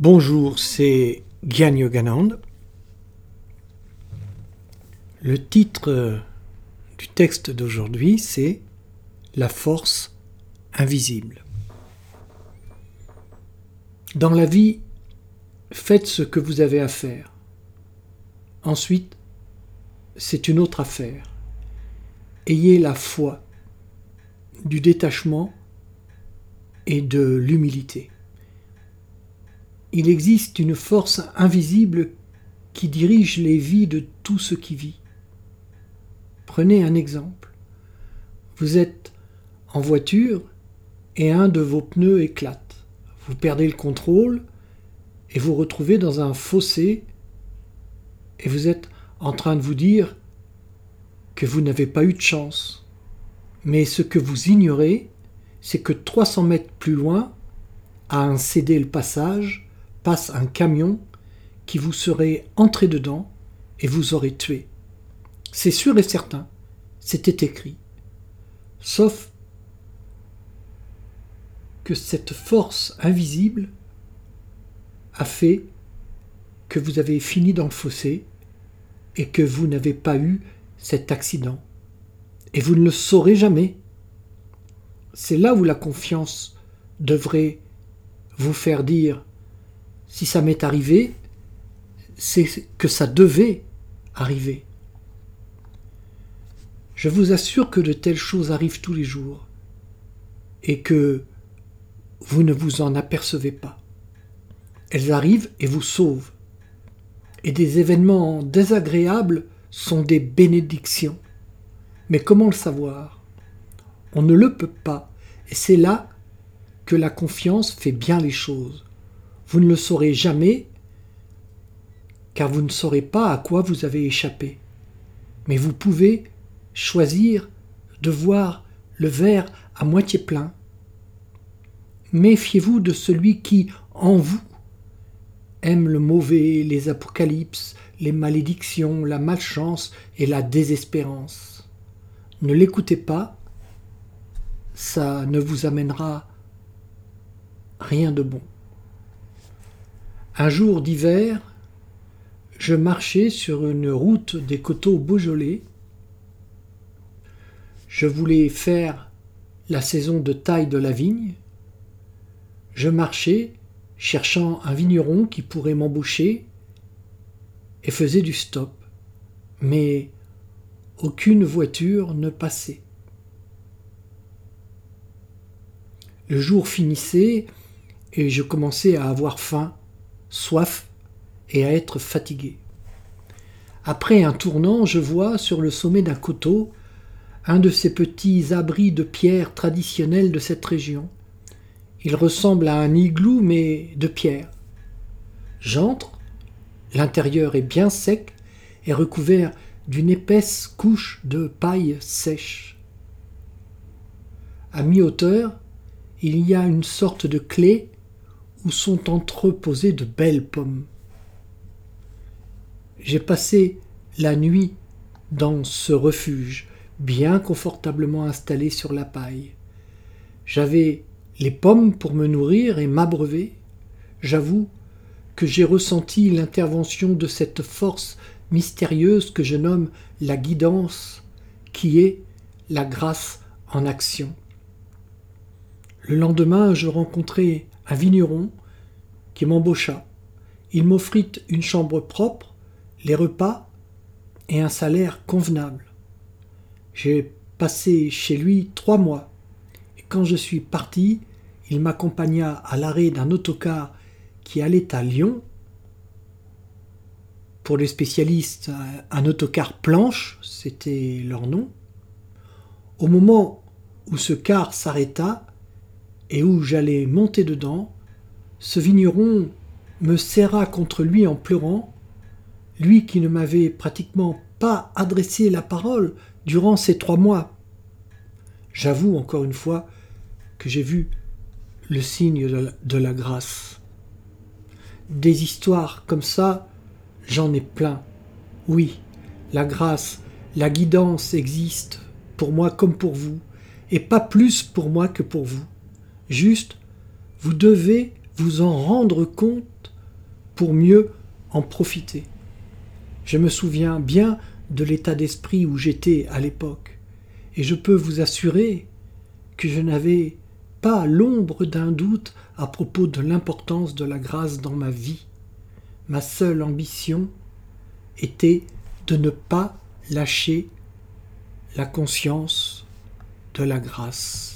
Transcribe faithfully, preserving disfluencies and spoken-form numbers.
Bonjour, c'est Gyan Yoganand. Le titre du texte d'aujourd'hui, c'est « La force invisible ». Dans la vie, faites ce que vous avez à faire. Ensuite, c'est une autre affaire. Ayez la foi, du détachement et de l'humilité. Il existe une force invisible qui dirige les vies de tout ce qui vit. Prenez un exemple. Vous êtes en voiture et un de vos pneus éclate. Vous perdez le contrôle et vous retrouvez dans un fossé et vous êtes en train de vous dire que vous n'avez pas eu de chance. Mais ce que vous ignorez, c'est que trois cents mètres plus loin, à un cédé le passage, passe un camion qui vous serait entré dedans et vous aurait tué. C'est sûr et certain, c'était écrit. Sauf que cette force invisible a fait que vous avez fini dans le fossé et que vous n'avez pas eu cet accident. Et vous ne le saurez jamais. C'est là où la confiance devrait vous faire dire « si ça m'est arrivé, c'est que ça devait arriver ». Je vous assure que de telles choses arrivent tous les jours et que vous ne vous en apercevez pas. Elles arrivent et vous sauvent. Et des événements désagréables sont des bénédictions. Mais comment le savoir ? On ne le peut pas. Et c'est là que la confiance fait bien les choses. Vous ne le saurez jamais, car vous ne saurez pas à quoi vous avez échappé. Mais vous pouvez choisir de voir le verre à moitié plein. Méfiez-vous de celui qui, en vous, aime le mauvais, les apocalypses, les malédictions, la malchance et la désespérance. Ne l'écoutez pas, ça ne vous amènera rien de bon. Un jour d'hiver, je marchais sur une route des coteaux Beaujolais. Je voulais faire la saison de taille de la vigne. Je marchais, cherchant un vigneron qui pourrait m'embaucher, et faisais du stop. Mais aucune voiture ne passait. Le jour finissait et je commençais à avoir faim, soif et à être fatigué. Après un tournant, je vois sur le sommet d'un coteau un de ces petits abris de pierre traditionnels de cette région. Il ressemble à un igloo mais de pierre. J'entre, l'intérieur est bien sec et recouvert d'une épaisse couche de paille sèche. À mi-hauteur, il y a une sorte de clé où sont entreposées de belles pommes. J'ai passé la nuit dans ce refuge, bien confortablement installé sur la paille. J'avais les pommes pour me nourrir et m'abreuver. J'avoue que j'ai ressenti l'intervention de cette force mystérieuse que je nomme la guidance, qui est la grâce en action. Le lendemain, je rencontrai un vigneron qui m'embaucha. Il m'offrit une chambre propre, les repas et un salaire convenable. J'ai passé chez lui trois mois et quand je suis parti, il m'accompagna à l'arrêt d'un autocar qui allait à Lyon. Pour les spécialistes, un autocar planche, c'était leur nom. Au moment où ce car s'arrêta et où j'allais monter dedans, ce vigneron me serra contre lui en pleurant, lui qui ne m'avait pratiquement pas adressé la parole durant ces trois mois. J'avoue encore une fois que j'ai vu le signe de la, de la grâce. Des histoires comme ça, j'en ai plein. Oui, la grâce, la guidance existe pour moi comme pour vous, et pas plus pour moi que pour vous. Juste, vous devez vous en rendre compte pour mieux en profiter. Je me souviens bien de l'état d'esprit où j'étais à l'époque, et je peux vous assurer que je n'avais pas l'ombre d'un doute à propos de l'importance de la grâce dans ma vie. Ma seule ambition était de ne pas lâcher la conscience de la grâce.